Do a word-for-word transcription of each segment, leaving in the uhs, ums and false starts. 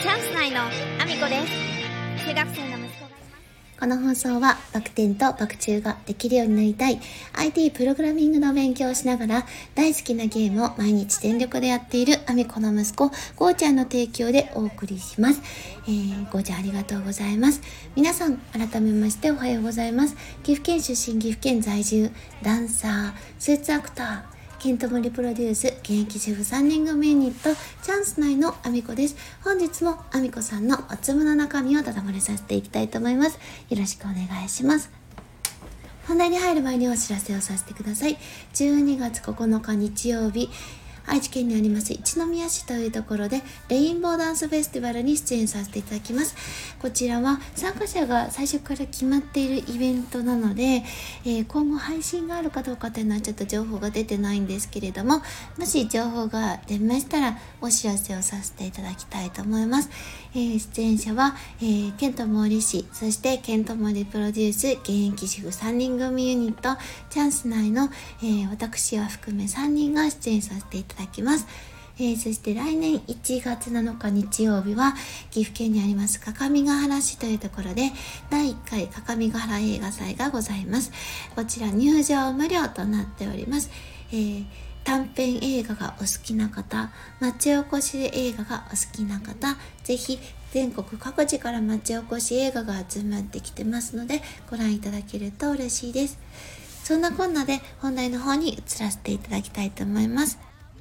チャンス内のアミコです。中学生の息子がいます。 この放送はバク転とバク宙ができるようになりたい アイティー プログラミングの勉強をしながら大好きなゲームを毎日全力でやっているアミコの息子ゴーちゃんの提供でお送りします。えー、ゴーちゃんありがとうございます。皆さん改めましておはようございます。岐阜県出身、岐阜県在住、ダンサー、スーツアクター、ケントモリプロデュース現役主婦さんにん組ユニットチャンス内のアミコです。本日もアミコさんのおつむの中身をただ漏れさせていきたいと思います。よろしくお願いします。本題に入る前にお知らせをさせてください。じゅうにがつここのか日曜日、愛知県にあります一宮市というところでレインボーダンスフェスティバルに出演させていただきます。こちらは参加者が最初から決まっているイベントなので、えー、今後配信があるかどうかというのはちょっと情報が出てないんですけれども、もし情報が出ましたらお知らせをさせていただきたいと思います。えー、出演者は、えー、ケントモリ氏、そしてケントモリプロデュース現役主婦さんにん組ユニットチャンス内の、えー、私を含めさんにんが出演させていただきます。えー、そして来年いちがつなのか日曜日は岐阜県にあります各務原市というところでだいいっかい各務原映画祭がございます。こちら入場無料となっております。えー短編映画がお好きな方、町おこし映画がお好きな方、ぜひ全国各地から町おこし映画が集まってきてますのでご覧いただけると嬉しいです。そんなこんなで本題の方に移らせていただきたいと思います。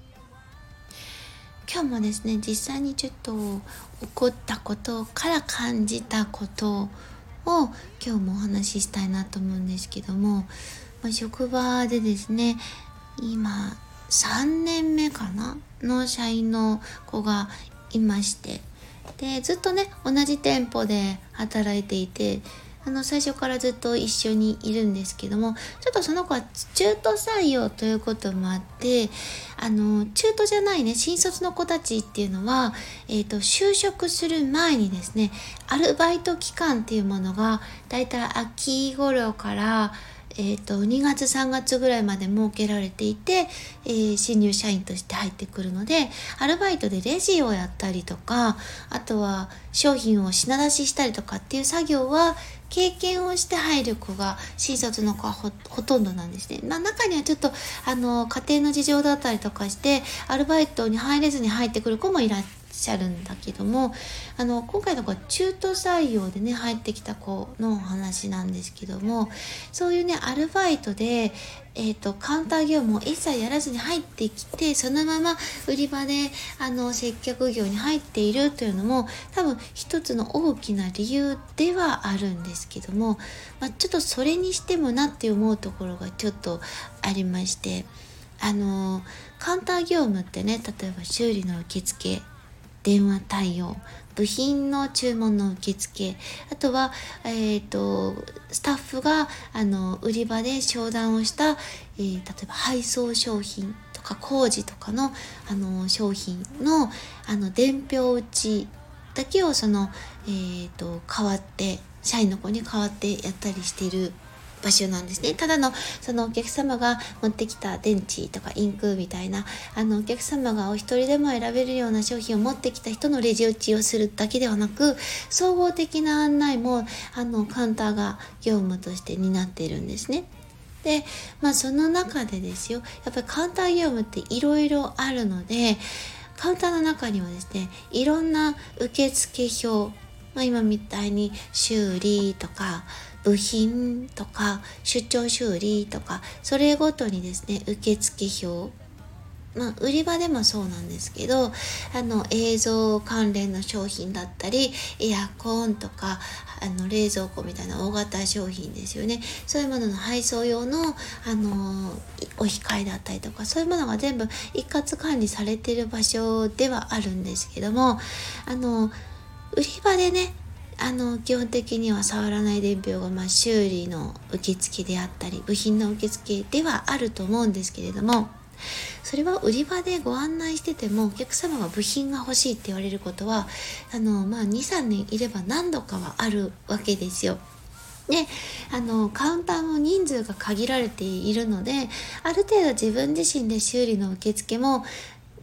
今日もですね、実際にちょっと起こったことから感じたことを今日もお話ししたいなと思うんですけども、まあ、職場でですね、今さんねんめかなの社員の子がいまして、でずっとね同じ店舗で働いていて、あの最初からずっと一緒にいるんですけども、ちょっとその子は中途採用ということもあって、あの中途じゃないね新卒の子たちっていうのは、えーと、就職する前にですね、アルバイト期間っていうものがだいたい秋頃からえーと、にがつさんがつぐらいまで設けられていて、えー、新入社員として入ってくるので、アルバイトでレジをやったりとか、あとは商品を品出ししたりとかっていう作業は経験をして入る子が新卒の子は ほ, ほとんどなんですね。まあ、中にはちょっとあの家庭の事情だったりとかしてアルバイトに入れずに入ってくる子もいらっしゃるんだけども、あの今回の子は中途採用でね入ってきた子のお話なんですけども、そういうねアルバイトで、えーと、カウンター業務を一切やらずに入ってきて、そのまま売り場であの接客業に入っているというのも多分一つの大きな理由ではあるんですけども、まあ、ちょっとそれにしてもなって思うところがちょっとありまして、あのカウンター業務ってね、例えば修理の受付、電話対応、部品の注文の受付、あとは、えーと、スタッフがあの売り場で商談をした、えー、例えば配送商品とか工事とかの、あの商品の、あの伝票打ちだけをその、えーと、代わって社員の子に代わってやったりしている場所なんですね。ただのそのお客様が持ってきた電池とかインクみたいな、あのお客様がお一人でも選べるような商品を持ってきた人のレジ打ちをするだけではなく、総合的な案内もあのカウンターが業務として担っているんですね。で、まあその中でですよ、やっぱりカウンター業務っていろいろあるので、カウンターの中にはですね、いろんな受付表、まあ、今みたいに修理とか部品とか出張修理とか、それごとにですね受付表、まあ、売り場でもそうなんですけど、あの映像関連の商品だったりエアコンとかあの冷蔵庫みたいな大型商品ですよね、そういうものの配送用の、あのお控えだったりとか、そういうものが全部一括管理されている場所ではあるんですけども、あの売り場でね、あの基本的には触らない伝票が、まあ、修理の受付であったり部品の受付ではあると思うんですけれども、それは売り場でご案内しててもお客様が部品が欲しいって言われることはあの、まあ、にさんねんいれば何度かはあるわけですよ。で、あのカウンターも人数が限られているので、ある程度自分自身で修理の受付も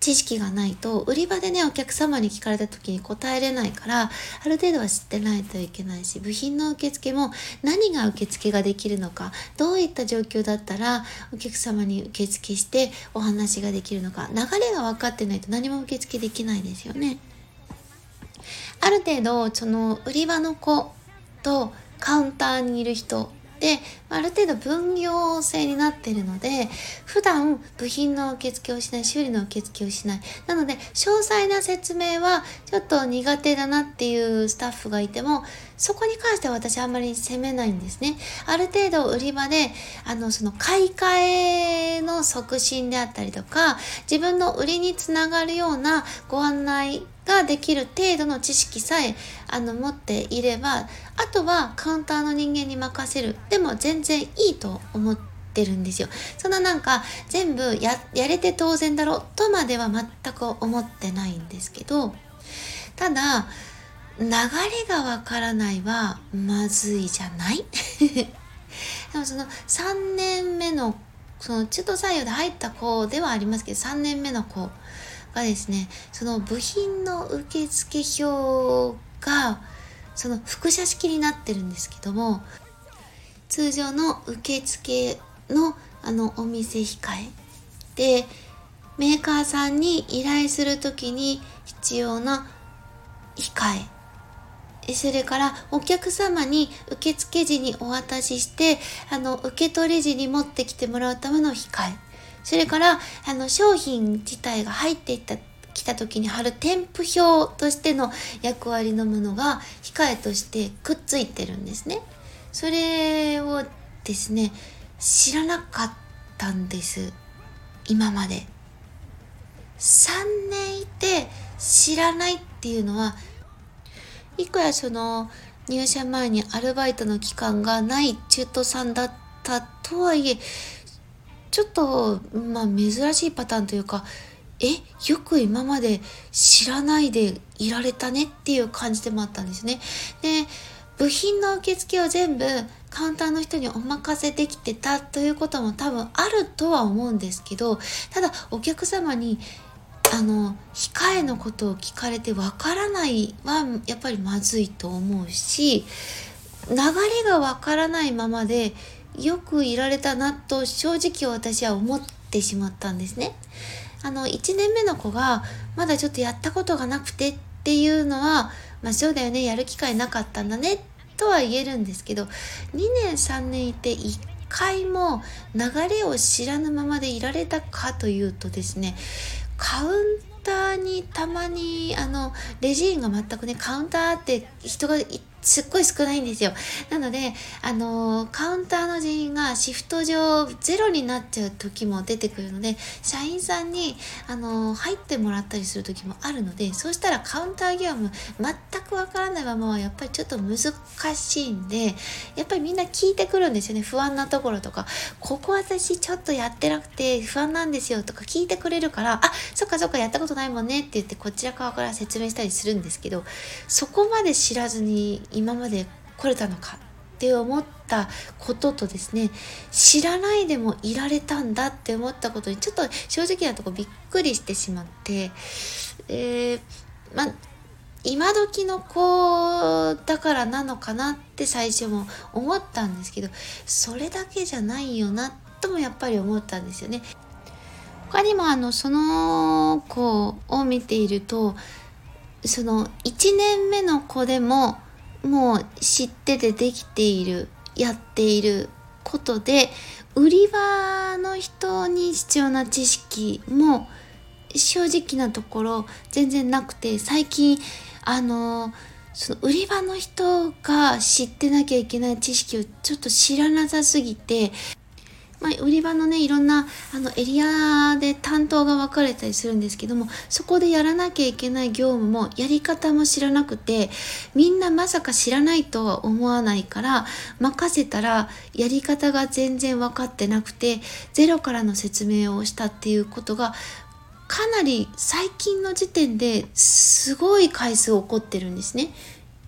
知識がないと売り場でねお客様に聞かれた時に答えれないから、ある程度は知ってないといけないし、部品の受付も何が受付ができるのか、どういった状況だったらお客様に受付してお話ができるのか、流れが分かってないと何も受付できないですよね。ある程度その売り場の子とカウンターにいる人である程度分業制になっているので、普段部品の受付をしない、修理の受付をしない、なので詳細な説明はちょっと苦手だなっていうスタッフがいても、そこに関しては私あんまり責めないんですね。ある程度売り場であのその買い替えの促進であったりとか、自分の売りにつながるようなご案内ができる程度の知識さえあの持っていれば、あとはカウンターの人間に任せるでも全然いいと思ってるんですよ。そんななんか全部 や, やれて当然だろとまでは全く思ってないんですけど、ただ流れがわからないはまずいじゃないでもそのさんねんめのその中途採用で入った子ではありますけど、さんねんめの子がですね、その部品の受付表がその複写式になってるんですけども、通常の受付のあのお店控えでメーカーさんに依頼するときに必要な控え、それからお客様に受付時にお渡ししてあの受け取り時に持ってきてもらうための控え、それからあの商品自体が入っていった来た時に貼る添付表としての役割のものが控えとしてくっついてるんですね。それをですね知らなかったんです。今までさんねんいて知らないっていうのは、いくらその入社前にアルバイトの期間がない中途さんだったとはいえ、ちょっとまあ珍しいパターンというか、えよく今まで知らないでいられたねっていう感じでもあったんですね。で部品の受付を全部カウンターの人にお任せできてたということも多分あるとは思うんですけど、ただお客様にあの控えのことを聞かれてわからないはやっぱりまずいと思うし、流れがわからないままでよくいられたなと正直私は思ってしまったんですね。あのいちねんめの子がまだちょっとやったことがなくてっていうのは、まあそうだよね、やる機会なかったんだねとは言えるんですけど、にねんさんねんいていっかいも流れを知らぬままでいられたかというとですね、カウンターにたまにあのレジ員が全くね、カウンターって人がすっごい少ないんですよ。なのであのカウンターの人員がシフト上ゼロになっちゃう時も出てくるので、社員さんにあの入ってもらったりする時もあるので、そうしたらカウンター業務全くわからないままはやっぱりちょっと難しいんで、やっぱりみんな聞いてくるんですよね。不安なところとか、ここ私ちょっとやってなくて不安なんですよとか聞いてくれるから、あ、そっかそっかやったことないもんねって言ってこちら側から説明したりするんですけど、そこまで知らずに今まで来れたのかって思ったこととですね、知らないでもいられたんだって思ったことにちょっと正直なとこびっくりしてしまって、えー、まあ今時の子だからなのかなって最初も思ったんですけど、それだけじゃないよなともやっぱり思ったんですよね。他にもあのその子を見ていると、そのいちねんめの子でももう知っててできている、やっていることで、売り場の人に必要な知識も正直なところ全然なくて、最近あのその売り場の人が知ってなきゃいけない知識をちょっと知らなさすぎて、まあ、売り場のねいろんなあのエリアで担当が分かれたりするんですけども、そこでやらなきゃいけない業務もやり方も知らなくて、みんなまさか知らないとは思わないから任せたらやり方が全然分かってなくてゼロからの説明をしたっていうことがかなり最近の時点ですごい回数起こってるんですね。え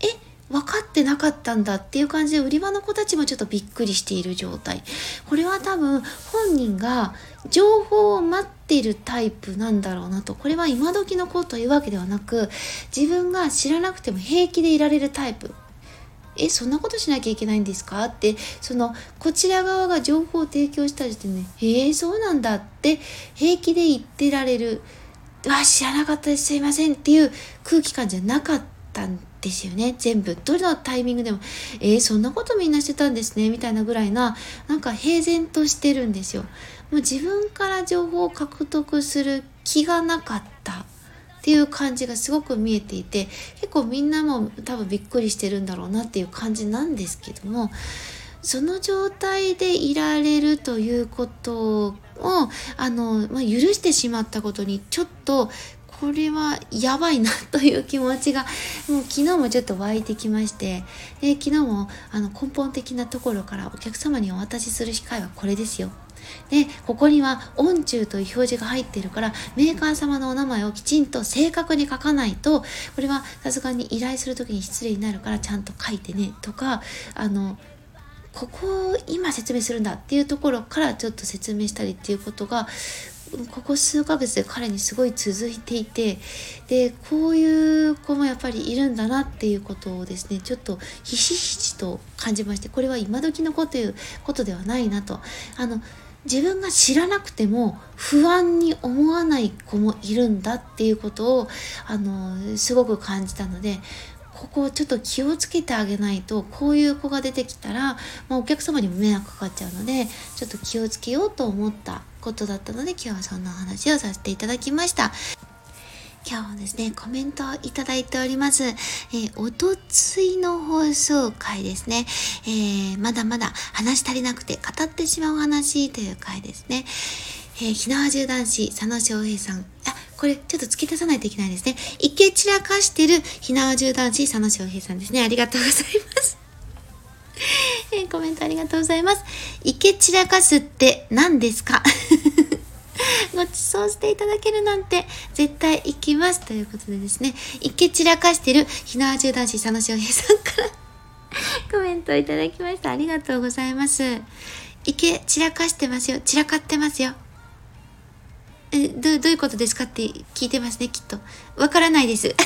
分かってなかったんだっていう感じで、売り場の子たちもちょっとびっくりしている状態。これは多分本人が情報を待っているタイプなんだろうなと。これは今時の子というわけではなく、自分が知らなくても平気でいられるタイプ。え、そんなことしなきゃいけないんですかって、そのこちら側が情報を提供した時点で、へえ、そうなんだって平気で言ってられる。うわ、知らなかったです、すいませんっていう空気感じゃなかったんですよね。全部どのタイミングでも、えー、そんなことみんなしてたんですねみたいなぐらいな、なんか平然としてるんですよ。もう自分から情報を獲得する気がなかったっていう感じがすごく見えていて、結構みんなも多分びっくりしてるんだろうなっていう感じなんですけども、その状態でいられるということをあの、まあ、許してしまったことにちょっとこれはやばいなという気持ちがもう昨日もちょっと湧いてきまして、で昨日もあの根本的なところからお客様にお渡しする機会はこれですよ。でここには音中という表示が入っているから、メーカー様のお名前をきちんと正確に書かないと、これはさすがに依頼するときに失礼になるからちゃんと書いてねとか、あのここを今説明するんだっていうところからちょっと説明したりっていうことがここ数ヶ月で彼にすごい続いていて、でこういう子もやっぱりいるんだなっていうことをですね、ちょっとひしひしと感じまして、これは今時の子ということではないなと。あの自分が知らなくても不安に思わない子もいるんだっていうことをあのすごく感じたので、ここをちょっと気をつけてあげないと、こういう子が出てきたら、まあ、お客様にも迷惑かかっちゃうので、ちょっと気をつけようと思ったことだったので、今日はそんなお話をさせていただきました。今日はですね、コメントをいただいております。えー、おとついの放送回ですね、えー、まだまだ話し足りなくて語ってしまう話という回ですね。えー、火縄銃男子佐野翔平さん、あ、これちょっと付け足さないといけないですね。いけ散らかしてる火縄銃男子佐野翔平さんですね。ありがとうございます。えー、コメントありがとうございます。いけ散らかすって何ですか？ご馳走していただけるなんて絶対行きますということでですね、いけ散らかしてる火縄銃男子佐野翔平さんからコメントをいただきました。ありがとうございます。いけ散らかしてますよ、散らかってますよ。えど, どういうことですかって聞いてますね、きっと。わからないです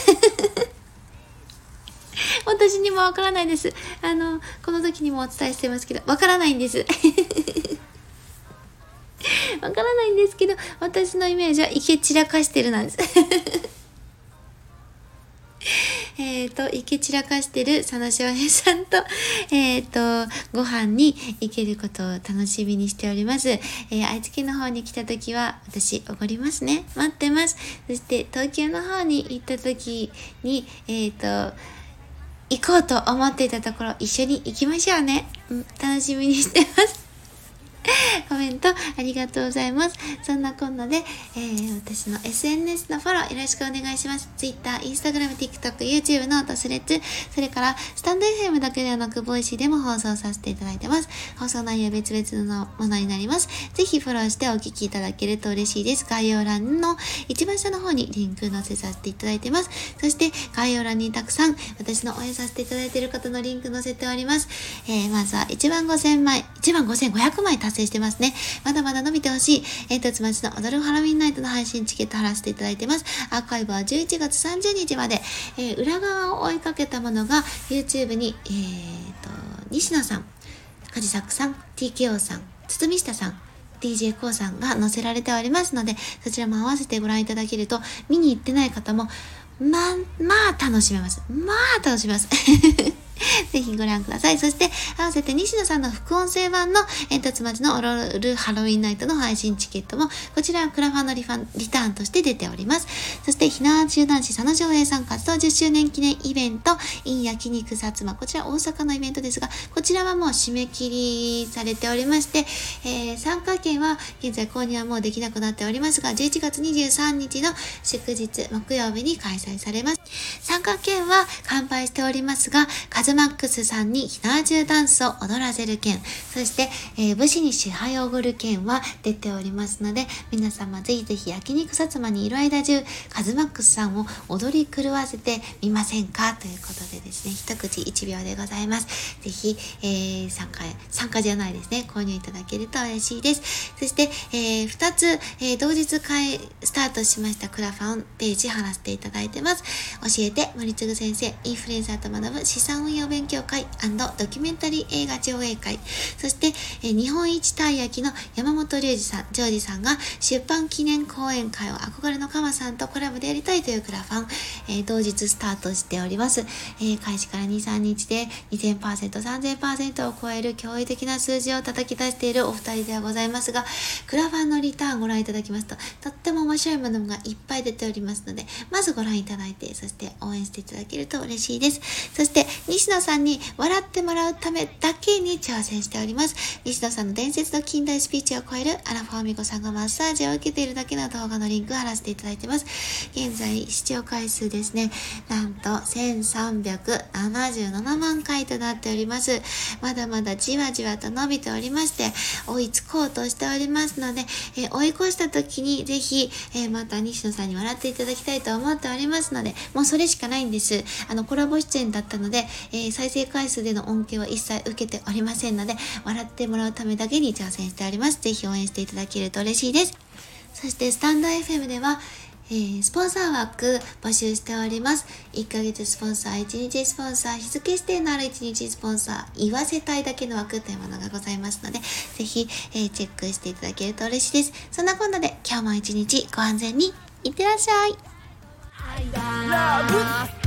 私にもわからないです。あのこの時にもお伝えしてますけど、わからないんですわからないんですけど、私のイメージはいけ散らかしてるなんですえっと、いけ散らかしてる佐野翔平さんと、えっと、ご飯に行けることを楽しみにしております。えー、愛知県の方に来た時は、私、おごりますね。待ってます。そして、東京の方に行った時に、えっと、行こうと思っていたところ、一緒に行きましょうね。うん、楽しみにしてます。コメントありがとうございます。そんなこんなで、えー、私の エスエヌエス のフォローよろしくお願いします。Twitter、Instagram、TikTok、YouTube ノート、スレッズ、それからスタンド エフエム だけではなく、ボイシーでも放送させていただいてます。放送内容別々のものになります。ぜひフォローしてお聞きいただけると嬉しいです。概要欄の一番下の方にリンク載せさせていただいてます。そして概要欄にたくさん私の応援させていただいている方のリンク載せております。えー、まずはいちまんごせんまい、いちまんごせんごひゃくまい達成してますね。まだまだ伸びてほしい。煙突町の踊るハロウィンナイトの配信チケット貼らせていただいてます。アーカイブはじゅういちがつさんじゅうにちまで、えー、裏側を追いかけたものが YouTube に、えーと、西野さん、カジサックさん、ティーケーオー さん、堤下さん、ディージェー コーさんが載せられておりますので、そちらも合わせてご覧いただけると、見に行ってない方も、まあ、まあ楽しめます。まあ楽しめます。ぜひご覧ください。そして合わせて西野さんの副音声版の煙突町の踊るハロウィンナイトの配信チケットもこちらはクラファンのリファンリターンとして出ております。そしてひな中男子佐野翔平さん活動じゅっしゅうねん記念イベント in 焼肉薩摩、こちら大阪のイベントですが、こちらはもう締め切りされておりまして、えー、参加券は現在購入はもうできなくなっておりますが、じゅういちがつにじゅうさんにちの祝日木曜日に開催されます。参加券は完売しておりますが、数ズマックスさんに火縄銃ダンスを踊らせる件、そして、えー、武士に支配をおごる件は出ておりますので、皆様ぜひぜひ焼肉薩摩にいる間中カズマックスさんを踊り狂わせてみませんかということでですね、一口いちびょうでございます。ぜひ、えー、参加参加じゃないですね、購入いただけると嬉しいです。そして、えー、ふたつ、えー、同日会スタートしましたクラファンページ貼らせていただいてます。教えて森次先生インフルエンサーと学ぶ資産運用勉強会&ドキュメンタリー映画上映会、そして、えー、日本一たい焼きの山本隆二さん、ジョージさんが出版記念講演会を憧れのカマさんとコラボでやりたいというクラファン、えー、同日スタートしております。えー、開始からに、さんにちで にせんパーセント、さんぜんパーセント を超える驚異的な数字を叩き出しているお二人ではございますが、クラファンのリターンをご覧いただきますと、とっても面白いものがいっぱい出ておりますので、まずご覧いただいて、そして応援していただけると嬉しいです。そして西野さんに笑ってもらうためだけに挑戦しております。西野さんの伝説の近代スピーチを超えるアラフォーミコさんがマッサージを受けているだけの動画のリンクを貼らせていただいてます。現在視聴回数ですね、なんとせんさんびゃくななじゅうななまんかいとなっております。まだまだじわじわと伸びておりまして、追いつこうとしておりますので、えー、追い越した時にぜひ、えー、また西野さんに笑っていただきたいと思っておりますので、もうそれしかないんです。あのコラボ出演だったので、えー、再生回数での恩恵は一切受けておりませんので、笑ってもらうためだけに挑戦しております。ぜひ応援していただけると嬉しいです。そしてスタンド エフエム ではえー、スポンサー枠募集しております。いっかげつスポンサー、いちにちスポンサー、日付指定のあるいちにちスポンサー、言わせたいだけの枠というものがございますので、ぜひ、えー、チェックしていただけると嬉しいです。そんなこんなで今日も一日ご安全にいってらっしゃい。